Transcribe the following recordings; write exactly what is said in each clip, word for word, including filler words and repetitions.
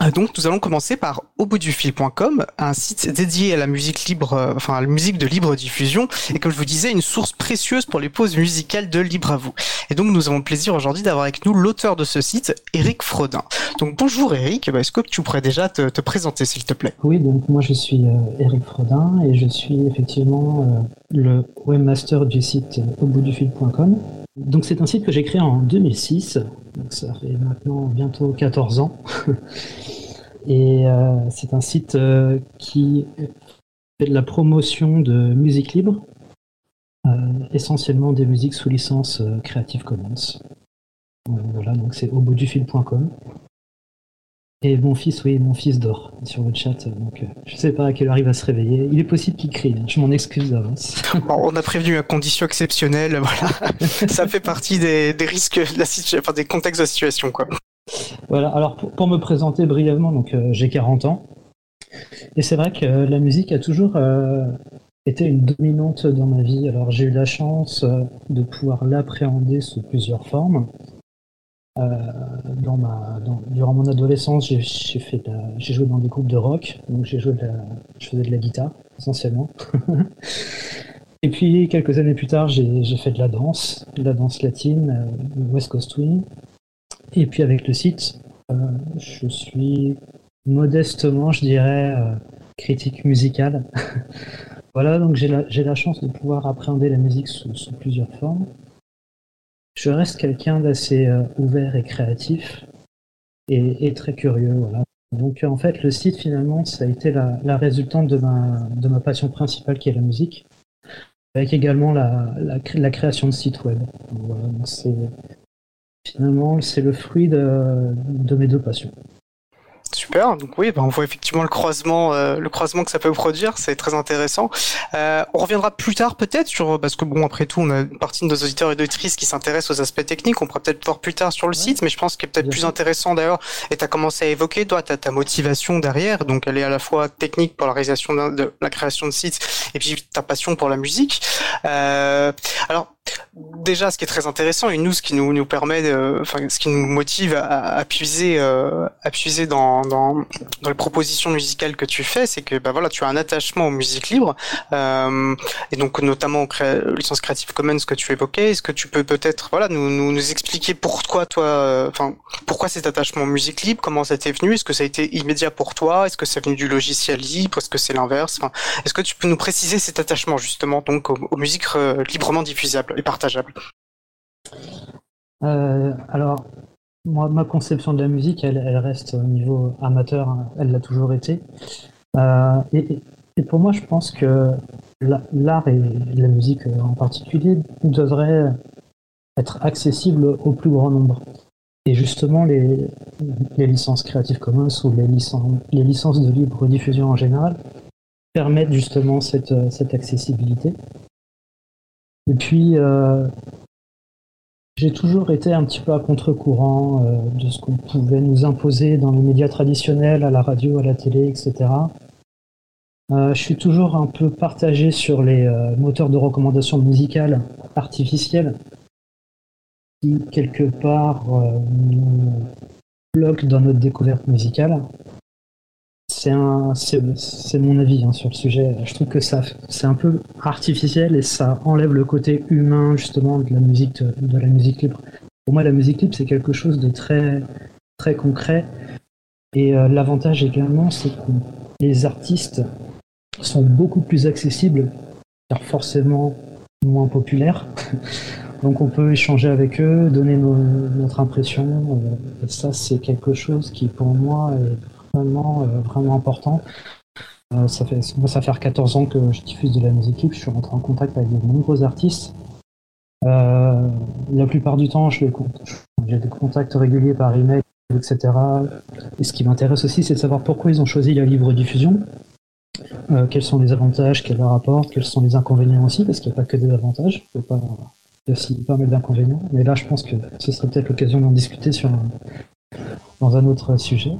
Euh, Donc, nous allons commencer par au bout du fil point com, un site dédié à la musique libre, euh, enfin à la musique de libre diffusion, et comme je vous disais, une source précieuse pour les pauses musicales de Libre à vous. Et donc, nous avons le plaisir aujourd'hui d'avoir avec nous l'auteur de ce site, Eric Frodin. Donc, bonjour Eric, bah, est-ce que tu pourrais déjà te, te présenter, s'il te plaît? Oui, donc moi je suis euh, Eric Frodin et je suis effectivement euh, le webmaster du site euh, au bout du fil point com. Donc c'est un site que j'ai créé en deux mille six, donc ça fait maintenant bientôt quatorze ans. Et euh, c'est un site euh, qui fait de la promotion de musique libre, euh, essentiellement des musiques sous licence euh, Creative Commons. Euh, voilà, donc c'est au bout du fil point com. Et mon fils, oui, mon fils dort sur le chat, donc euh, je sais pas à quelle heure il va se réveiller. Il est possible qu'il crie, je m'en excuse d'avance. Bon, on a prévenu à condition exceptionnelle, voilà. Ça fait partie des, des risques, de la situ- enfin des contextes de la situation, quoi. Voilà, alors pour, pour me présenter brièvement, donc euh, j'ai quarante ans, et c'est vrai que euh, la musique a toujours euh, été une dominante dans ma vie. Alors j'ai eu la chance euh, de pouvoir l'appréhender sous plusieurs formes. Euh, dans ma, dans, durant mon adolescence, j'ai, j'ai, fait de la- j'ai joué dans des groupes de rock, donc j'ai joué de la, je faisais de la guitare essentiellement. Et puis quelques années plus tard, j'ai, j'ai fait de la danse, de la danse latine, euh, West Coast Swing. Et puis avec le site, euh, je suis modestement, je dirais, euh, critique musicale. Voilà, donc j'ai la, j'ai la chance de pouvoir appréhender la musique sous, sous plusieurs formes. Je reste quelqu'un d'assez euh, ouvert et créatif et, et très curieux, voilà. Donc en fait, le site finalement, ça a été la, la résultante de ma, de ma passion principale qui est la musique, avec également la, la, la création de sites web. Donc, voilà, donc c'est finalement c'est le fruit de, de mes deux passions. Super, donc oui, ben on voit effectivement le croisement, euh, le croisement que ça peut produire, c'est très intéressant. Euh, on reviendra plus tard peut-être sur, parce que bon, après tout, on a une partie de nos auditeurs et auditrices qui s'intéressent aux aspects techniques, on pourra peut-être voir plus tard sur le Ouais, site, mais je pense qu'il est peut-être bien plus sûr. intéressant d'ailleurs, et tu as commencé à évoquer, toi, ta, ta motivation derrière, donc elle est à la fois technique pour la réalisation d'un- de la création de sites, et puis ta passion pour la musique. Euh, alors, déjà, ce qui est très intéressant, et nous, ce qui nous, nous permet, de, enfin, ce qui nous motive à, à puiser, euh, à puiser dans, dans, dans les propositions musicales que tu fais, c'est que, bah voilà, tu as un attachement aux musiques libres, euh, et donc notamment aux cré- licences Creative Commons que tu évoquais. Est-ce que tu peux peut-être, voilà, nous, nous, nous expliquer pourquoi toi, euh, enfin, pourquoi cet attachement aux musiques libres, comment ça t'est venu? Est-ce que ça a été immédiat pour toi? Est-ce que c'est venu du logiciel libre? Est-ce que c'est l'inverse? Enfin, est-ce que tu peux nous préciser cet attachement justement donc aux, aux musiques euh, librement diffusables et partageables? Euh, alors, moi, ma conception de la musique, elle, elle reste au niveau amateur, hein, elle l'a toujours été. Euh, et, et pour moi, je pense que la- l'art et la musique euh, en particulier devraient être accessibles au plus grand nombre. Et justement, les, les licences Creative Commons ou les licences, les licences de libre diffusion en général permettent justement cette, euh, cette accessibilité. Et puis, euh, j'ai toujours été un petit peu à contre-courant euh, de ce qu'on pouvait nous imposer dans les médias traditionnels, à la radio, à la télé, et cetera. Euh, je suis toujours un peu partagé sur les euh, moteurs de recommandation musicale artificiels qui, quelque part, euh, nous bloquent dans notre découverte musicale. C'est un, c'est, c'est mon avis hein, sur le sujet. Je trouve que ça, c'est un peu artificiel et ça enlève le côté humain justement de la musique, de, de la musique libre. Pour moi, la musique libre, c'est quelque chose de très, très concret. Et euh, l'avantage également, c'est que les artistes sont beaucoup plus accessibles, car forcément moins populaires. Donc on peut échanger avec eux, donner nos, notre impression. Euh, et ça, c'est quelque chose qui, pour moi, est vraiment, euh, vraiment important. Euh, ça fait, moi, ça fait quatorze ans que je diffuse de la musique libre. Je suis rentré en contact avec de nombreux artistes. Euh, la plupart du temps, je les, j'ai des contacts réguliers par email, et cetera. Et ce qui m'intéresse aussi, c'est de savoir pourquoi ils ont choisi la libre diffusion. Euh, quels sont les avantages qu'elle leur apporte, quels sont les inconvénients aussi, parce qu'il n'y a pas que des avantages, il faut pas, il y a aussi pas mal d'inconvénients. Mais là, je pense que ce serait peut-être l'occasion d'en discuter sur un, dans un autre sujet.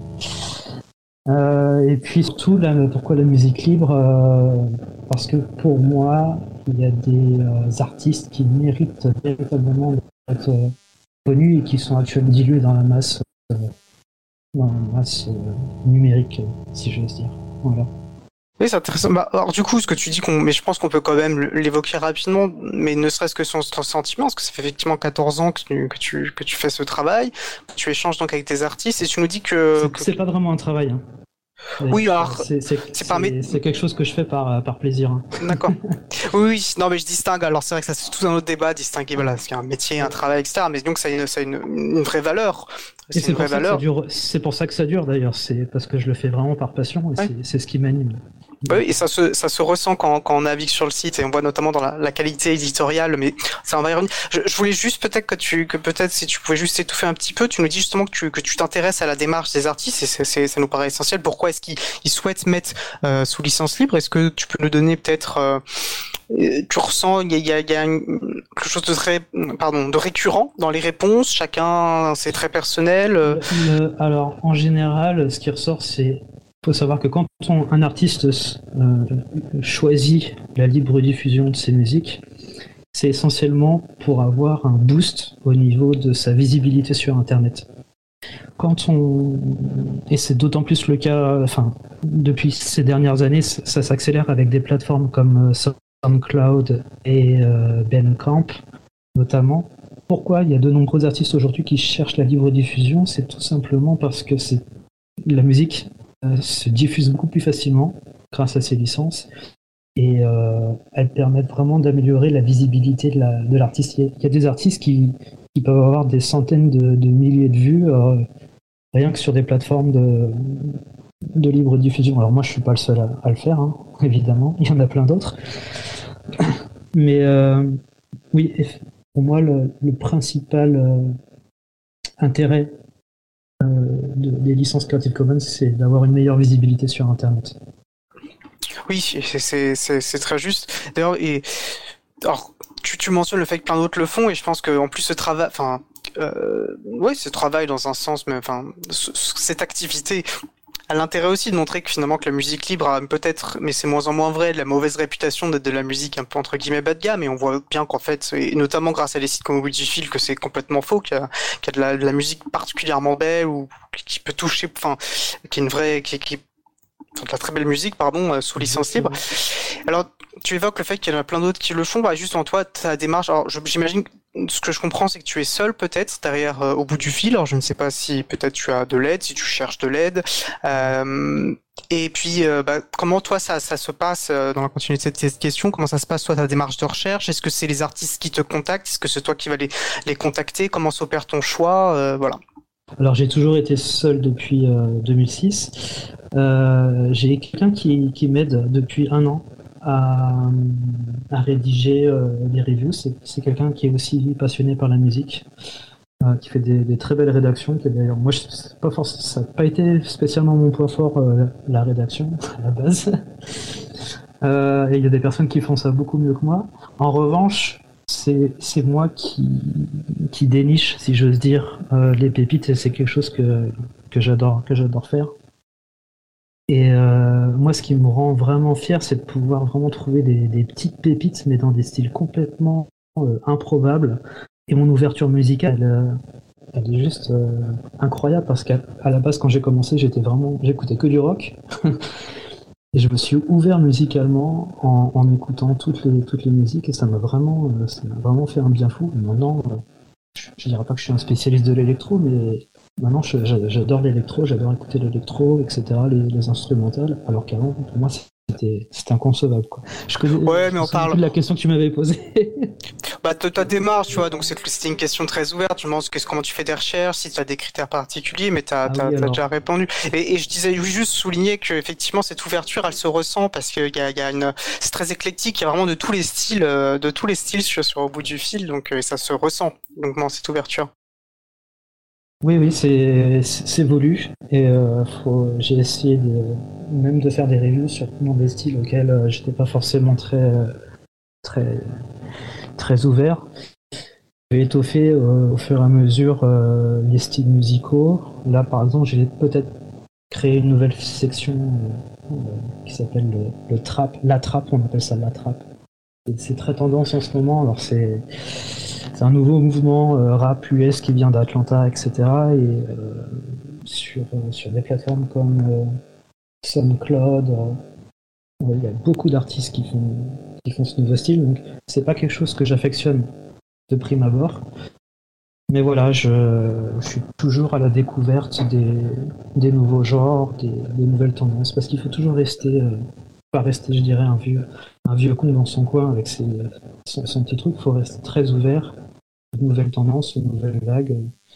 Euh, et puis surtout, là, pourquoi la musique libre euh, Parce que pour moi, il y a des euh, artistes qui méritent véritablement d'être euh, connus et qui sont actuellement dilués dans la masse. Euh, dans la masse euh, numérique, si j'ose dire. Voilà. Oui, c'est intéressant. Bah, alors du coup, ce que tu dis, qu'on, mais je pense qu'on peut quand même l'évoquer rapidement, mais ne serait-ce que son, son sentiment, parce que ça fait effectivement quatorze ans que tu, que tu, que tu fais ce travail, tu échanges donc avec tes artistes, et tu nous dis que... C'est, que... c'est pas vraiment un travail. Hein. Oui, alors... C'est, c'est, c'est, pas c'est, c'est quelque chose que je fais par, par plaisir. Hein. D'accord. Oui, oui, non, mais je distingue. Alors, c'est vrai que ça, c'est tout un autre débat, distinguer, voilà, ce qu'il y a un métier, un travail, et cetera. Mais donc, ça a une, ça a une, une vraie valeur. C'est, et c'est, une vraie valeur. Dure, c'est pour ça que ça dure, d'ailleurs. C'est parce que je le fais vraiment par passion, et ouais. c'est, c'est ce qui m'anime. Oui, et ça se, ça se ressent quand, quand on navigue sur le site, et on voit notamment dans la, la qualité éditoriale, mais ça en va y revenir. Je, je voulais juste peut-être que tu, que peut-être si tu pouvais juste étouffer un petit peu, tu nous dis justement que tu, que tu t'intéresses à la démarche des artistes, et c'est, c'est, ça nous paraît essentiel. Pourquoi est-ce qu'ils ils souhaitent mettre euh, sous licence libre? Est-ce que tu peux nous donner peut-être, euh, tu ressens, il y a, il y a, il y a une, quelque chose de très, pardon, de récurrent dans les réponses, chacun, c'est très personnel. Le, le, alors, en général, ce qui ressort, c'est il faut savoir que quand on, un artiste euh, choisit la libre diffusion de ses musiques, c'est essentiellement pour avoir un boost au niveau de sa visibilité sur Internet. Quand on et c'est d'autant plus le cas, enfin depuis ces dernières années, ça s'accélère avec des plateformes comme SoundCloud et euh, Bandcamp notamment. Pourquoi il y a de nombreux artistes aujourd'hui qui cherchent la libre diffusion? C'est tout simplement parce que c'est la musique se diffuse beaucoup plus facilement grâce à ces licences et euh, elles permettent vraiment d'améliorer la visibilité de, la, de l'artiste. Il y a des artistes qui, qui peuvent avoir des centaines de, de milliers de vues euh, rien que sur des plateformes de, de libre diffusion. Alors moi je suis pas le seul à, à le faire, hein, évidemment, il y en a plein d'autres. Mais euh, oui, pour moi le, le principal euh, intérêt De, des licences Creative Commons, c'est d'avoir une meilleure visibilité sur Internet. Oui, c'est, c'est, c'est, c'est très juste. D'ailleurs, et, alors, tu, tu mentionnes le fait que plein d'autres le font, et je pense qu'en plus ce travail, enfin, euh, ouais, ce travail dans un sens, mais enfin, ce, cette activité a l'intérêt aussi de montrer que finalement que la musique libre a peut-être, mais c'est moins en moins vrai, de la mauvaise réputation d'être de la musique un peu entre guillemets bas de gamme, et on voit bien qu'en fait, et notamment grâce à des sites comme Audiophile, que c'est complètement faux, qu'il y a, qu'il y a de, la, de la musique particulièrement belle ou qui peut toucher, enfin, qui est une vraie, qui, qui de la très belle musique, pardon, euh, sous licence libre. Alors, tu évoques le fait qu'il y en a plein d'autres qui le font. Bah, juste en toi, ta démarche. Alors, je, j'imagine que ce que je comprends, c'est que tu es seul peut-être derrière, euh, au bout du fil. Alors, je ne sais pas si peut-être tu as de l'aide, si tu cherches de l'aide. Euh, et puis, euh, bah, comment toi ça, ça se passe euh, dans la continuité de cette question? Comment ça se passe toi ta démarche de recherche? Est-ce que c'est les artistes qui te contactent? Est-ce que c'est toi qui vas les, les contacter? Comment s'opère ton choix? euh, Voilà. Alors j'ai toujours été seul depuis euh, deux mille six. Euh, j'ai quelqu'un qui, qui m'aide depuis un an à, à rédiger euh, des reviews. C'est, c'est quelqu'un qui est aussi passionné par la musique, euh, qui fait des, des très belles rédactions. Qui d'ailleurs, moi, je, c'est pas forcément, ça n'a pas été spécialement mon point fort, euh, la rédaction à la base. Euh, et il y a des personnes qui font ça beaucoup mieux que moi. En revanche, C'est, c'est moi qui, qui déniche, si j'ose dire, euh, les pépites, et c'est quelque chose que, que, j'adore, que j'adore faire. Et euh, moi, ce qui me rend vraiment fier, c'est de pouvoir vraiment trouver des, des petites pépites, mais dans des styles complètement euh, improbables. Et mon ouverture musicale, elle, elle est juste euh, incroyable, parce qu'à à la base, quand j'ai commencé, j'étais vraiment, j'écoutais que du rock. Et je me suis ouvert musicalement en, en écoutant toutes les, toutes les musiques, et ça m'a vraiment, ça m'a vraiment fait un bien fou. Et maintenant, je, je dirais pas que je suis un spécialiste de l'électro, mais maintenant je, j'adore l'électro, j'adore écouter l'électro, et cetera, les, les instrumentales, alors qu'avant, pour moi, c'était, c'était inconcevable, quoi. Je connais, ouais, je mais on parle plus de la question que tu m'avais posée. Bah, ta démarche, tu vois, donc c'est, c'était une question très ouverte. Tu me demandes qu'est-ce, comment tu fais des recherches, si tu as des critères particuliers, mais tu as, ah t'as, oui, t'as déjà répondu. Et, et je disais juste souligner que effectivement cette ouverture, elle se ressent parce qu'il y a, il y a une, c'est très éclectique. Il y a vraiment de tous les styles, de tous les styles sur, sur au bout du fil, donc ça se ressent. Donc non, cette ouverture. Oui, oui, c'est, c'est, c'est voulu. Et euh, faut, j'ai essayé de, même de faire des reviews sur des styles auxquels euh, j'étais pas forcément très, très, très ouvert. J'ai étoffé euh, au fur et à mesure euh, les styles musicaux. Là, par exemple, j'ai peut-être créé une nouvelle section euh, euh, qui s'appelle le, le trap, la trap, on appelle ça la trap. Et c'est très tendance en ce moment. Alors c'est c'est un nouveau mouvement euh, rap U S qui vient d'Atlanta, et cetera. Et euh, sur, euh, sur des plateformes comme euh, SoundCloud. Euh, ouais, il y a beaucoup d'artistes qui font, qui font ce nouveau style, donc c'est pas quelque chose que j'affectionne de prime abord. Mais voilà, je, je suis toujours à la découverte des, des nouveaux genres, des, des nouvelles tendances, parce qu'il faut toujours rester, euh, pas rester, je dirais, un vieux, un vieux con dans son coin avec ses, son, son petit truc. Il faut rester très ouvert aux nouvelles tendances, aux nouvelles vagues.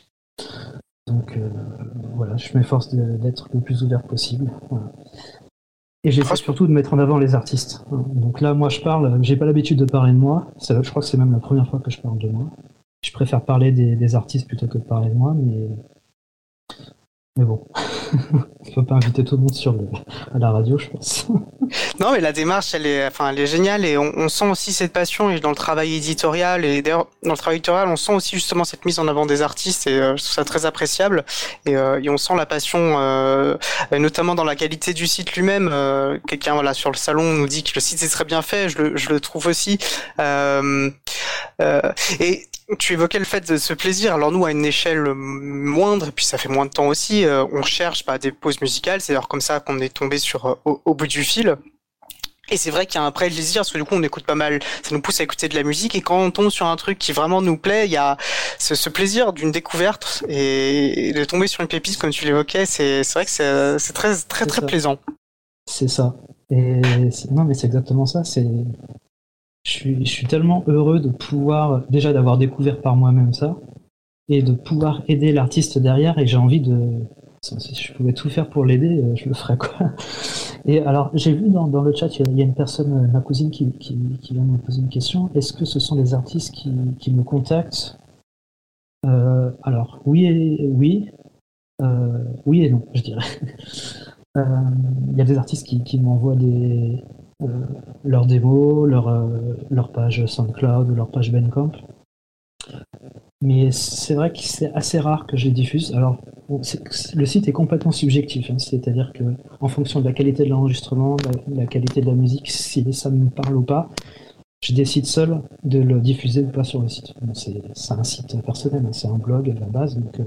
Donc euh, voilà, je m'efforce de, d'être le plus ouvert possible. Voilà. Et j'essaie surtout de mettre en avant les artistes. Donc là, moi, je parle, j'ai pas l'habitude de parler de moi. Ça, je crois que c'est même la première fois que je parle de moi. Je préfère parler des, des artistes plutôt que de parler de moi, mais, mais bon, on peut pas inviter tout le monde sur le, à la radio, je pense. Non, mais la démarche, elle est, enfin, elle est géniale et on, on sent aussi cette passion et dans le travail éditorial et d'ailleurs dans le travail éditorial, on sent aussi justement cette mise en avant des artistes et euh, je trouve ça très appréciable et, euh, et on sent la passion, euh, notamment dans la qualité du site lui-même. Euh, quelqu'un, voilà, sur le salon nous dit que le site est très bien fait, je le, je le trouve aussi. Euh, euh, et tu évoquais le fait de ce plaisir. Alors nous, à une échelle moindre, et puis ça fait moins de temps aussi, euh, on cherche bah, des pauses musicales. C'est d'ailleurs comme ça qu'on est tombé sur euh, au, au bout du fil. Et c'est vrai qu'il y a un vrai plaisir, parce que du coup, on écoute pas mal, ça nous pousse à écouter de la musique, et quand on tombe sur un truc qui vraiment nous plaît, il y a ce, ce plaisir d'une découverte, et de tomber sur une pépite, comme tu l'évoquais, c'est, c'est vrai que c'est, c'est très, très, c'est très ça. Plaisant. C'est ça. Et c'est, non, mais c'est exactement ça, c'est... Je suis, je suis tellement heureux de pouvoir, déjà d'avoir découvert par moi-même ça, et de pouvoir aider l'artiste derrière, et j'ai envie de... Si je pouvais tout faire pour l'aider, je le ferais, quoi. Et alors, j'ai vu dans, dans le chat, il y a une personne, ma cousine, qui, qui, qui vient de me poser une question. Est-ce que ce sont des artistes qui, qui me contactent? euh, Alors, oui et oui. Euh, oui et non, je dirais. Il euh, y a des artistes qui, qui m'envoient des... Euh, leurs démos, leur, euh, leur page SoundCloud ou leur page Bandcamp. Mais c'est vrai que c'est assez rare que je les diffuse. Alors, bon, c'est, le site est complètement subjectif, hein, c'est-à-dire que en fonction de la qualité de l'enregistrement, de la, la qualité de la musique, si ça me parle ou pas, je décide seul de le diffuser ou pas sur le site. Bon, c'est, c'est un site personnel, hein, c'est un blog à la base, donc... Euh,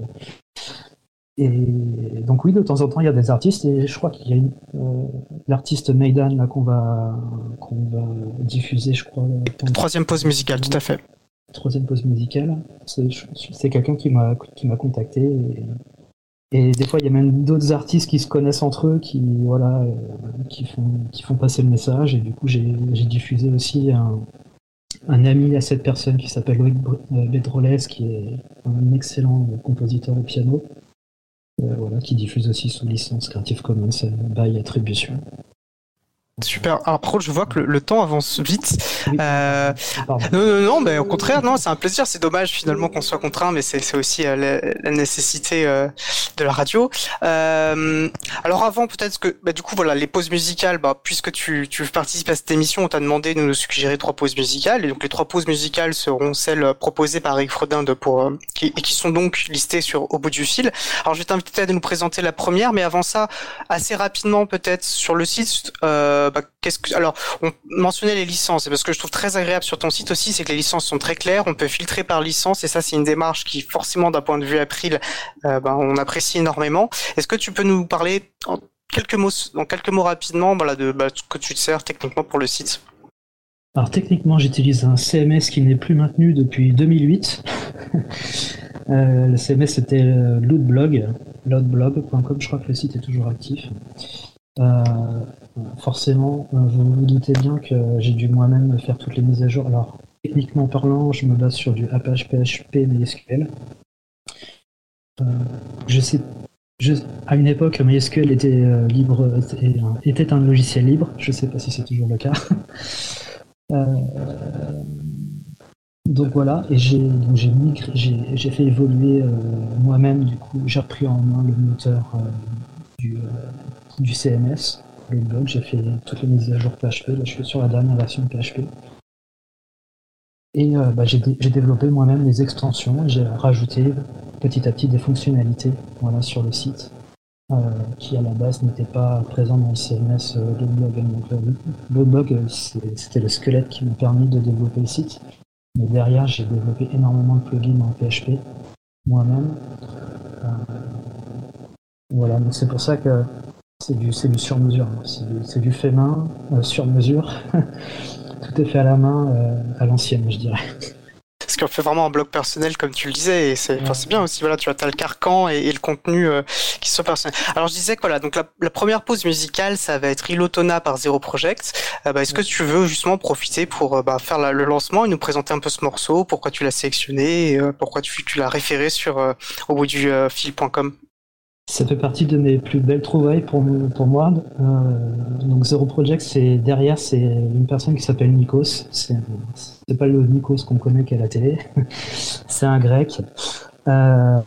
Et donc oui, de temps en temps, il y a des artistes, et je crois qu'il y a une, euh, l'artiste Maidan là, qu'on va, qu'on va diffuser, je crois. Troisième pause musicale, tout à fait. Troisième pause musicale. C'est, c'est quelqu'un qui m'a, qui m'a contacté. Et, et des fois, il y a même d'autres artistes qui se connaissent entre eux, qui, voilà, euh, qui, font, qui font passer le message. Et du coup, j'ai, j'ai diffusé aussi un, un ami à cette personne qui s'appelle Loïc Bedrolès, qui est un excellent compositeur au piano. Euh, voilà, qui diffuse aussi sous licence Creative Commons by attribution. Super. Alors, par contre, je vois que le, le temps avance vite. Oui, euh, non, non, non, mais au contraire, non, c'est un plaisir. C'est dommage finalement qu'on soit contraint, mais c'est, c'est aussi euh, la, la nécessité euh, de la radio. Euh, alors, avant, peut-être que, bah, du coup, voilà, les pauses musicales. Bah, puisque tu, tu participes à cette émission, on t'a demandé de nous suggérer trois pauses musicales, et donc les trois pauses musicales seront celles proposées par Eric Frodin de pour euh, qui, et qui sont donc listées sur Au bout du fil. Alors, je vais t'inviter à nous présenter la première, mais avant ça, assez rapidement, peut-être sur le site. Euh, Bah, qu'est-ce que... Alors, on mentionnait les licences, et parce que je trouve très agréable sur ton site aussi, c'est que les licences sont très claires, on peut filtrer par licence, et ça, c'est une démarche qui, forcément, d'un point de vue April, euh, bah, on apprécie énormément. Est-ce que tu peux nous parler en quelques mots, en quelques mots rapidement, voilà, de bah, ce que tu te sers techniquement pour le site? Alors, techniquement, j'utilise un C M S qui n'est plus maintenu depuis deux mille huit. euh, le C M S, c'était euh, loadblog, loadblog point com, je crois que le site est toujours actif. Euh, forcément, euh, vous vous doutez bien que j'ai dû moi-même faire toutes les mises à jour. Alors, techniquement parlant, je me base sur du Apache P H P MySQL. Euh, je sais, je, à une époque, MySQL était euh, libre, était un, était un logiciel libre. Je ne sais pas si c'est toujours le cas. euh, donc voilà, et j'ai, donc j'ai, migré, j'ai, j'ai fait évoluer euh, moi-même. Du coup, j'ai repris en main le moteur euh, du euh, du C M S, le blog, j'ai fait toutes les mises à jour P H P, là je suis sur la dernière version de P H P. Et euh, bah, j'ai, dé- j'ai développé moi-même des extensions, et j'ai rajouté petit à petit des fonctionnalités voilà, sur le site, euh, qui à la base n'étaient pas présentes dans le C M S euh, de blog. Donc, euh, le blog, euh, c'est, c'était le squelette qui m'a permis de développer le site. Mais derrière, j'ai développé énormément de plugins en P H P, moi-même. Euh, Voilà, donc c'est pour ça que c'est du, c'est du sur-mesure. C'est du, c'est du fait main, euh, sur-mesure. Tout est fait à la main, euh, à l'ancienne, je dirais. Parce qu'on fait vraiment un blog personnel, comme tu le disais, et c'est, ouais. c'est bien aussi. Voilà, tu as, as le carcan et, et le contenu euh, qui soit personnel. Alors je disais que voilà, donc la, la première pause musicale, ça va être Ilotona par Zero Project. Euh, bah, est-ce ouais. que tu veux justement profiter pour euh, bah, faire la, le lancement et nous présenter un peu ce morceau, pourquoi tu l'as sélectionné, et, euh, pourquoi tu, tu l'as référé sur euh, au bout du euh, fil point com? Ça fait partie de mes plus belles trouvailles pour, pour moi. Euh, donc Zero Project, c'est derrière, c'est une personne qui s'appelle Nikos. C'est, c'est pas le Nikos qu'on connaît qu'à la télé. C'est un grec. Euh,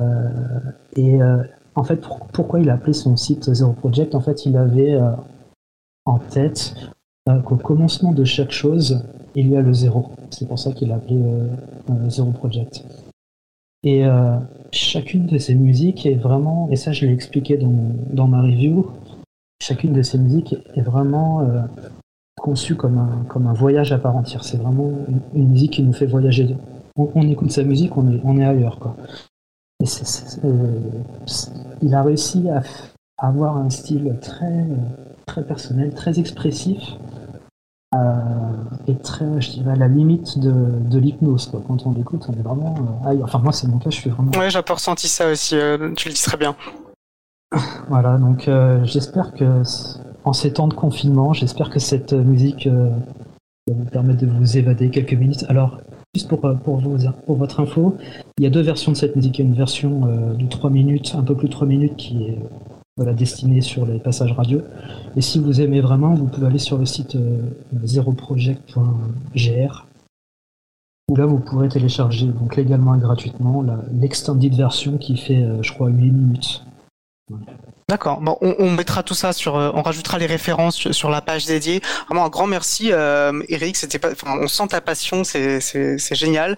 et euh, en fait, pour, pourquoi il a appelé son site Zero Project? En fait, il avait euh, en tête euh, qu'au commencement de chaque chose, il y a le zéro. C'est pour ça qu'il a appelé euh, euh, Zero Project. Et euh, chacune de ces musiques est vraiment, et ça je l'ai expliqué dans, dans ma review, chacune de ces musiques est vraiment euh, conçue comme un, comme un voyage à part entière. C'est vraiment une, une musique qui nous fait voyager. On, on écoute sa musique, on est, on est ailleurs, quoi. Et c'est, c'est, c'est, c'est, il a réussi à, à avoir un style très, très personnel, très expressif. Euh, et très, je dirais, à la limite de, de l'hypnose, quoi. Quand on l'écoute, on est vraiment euh, ailleurs. Enfin, moi, c'est mon cas, je suis vraiment... Ouais, j'ai un peu ressenti ça aussi, euh, tu le dis très bien. Voilà, donc euh, j'espère que, en ces temps de confinement, j'espère que cette musique euh, va vous permettre de vous évader quelques minutes. Alors, juste pour, pour, vous, pour votre info, il y a deux versions de cette musique. Il y a une version euh, de trois minutes, un peu plus de trois minutes, qui est... Voilà, destiné sur les passages radio. Et si vous aimez vraiment, vous pouvez aller sur le site euh, zero project point g r où là vous pourrez télécharger donc légalement et gratuitement la, l'extended version qui fait, euh, je crois, huit minutes. Voilà. D'accord. Bon, on, on mettra tout ça sur, euh, on rajoutera les références sur, sur la page dédiée. Vraiment un grand merci, euh, Eric. C'était pas, enfin, on sent ta passion, c'est, c'est, c'est génial.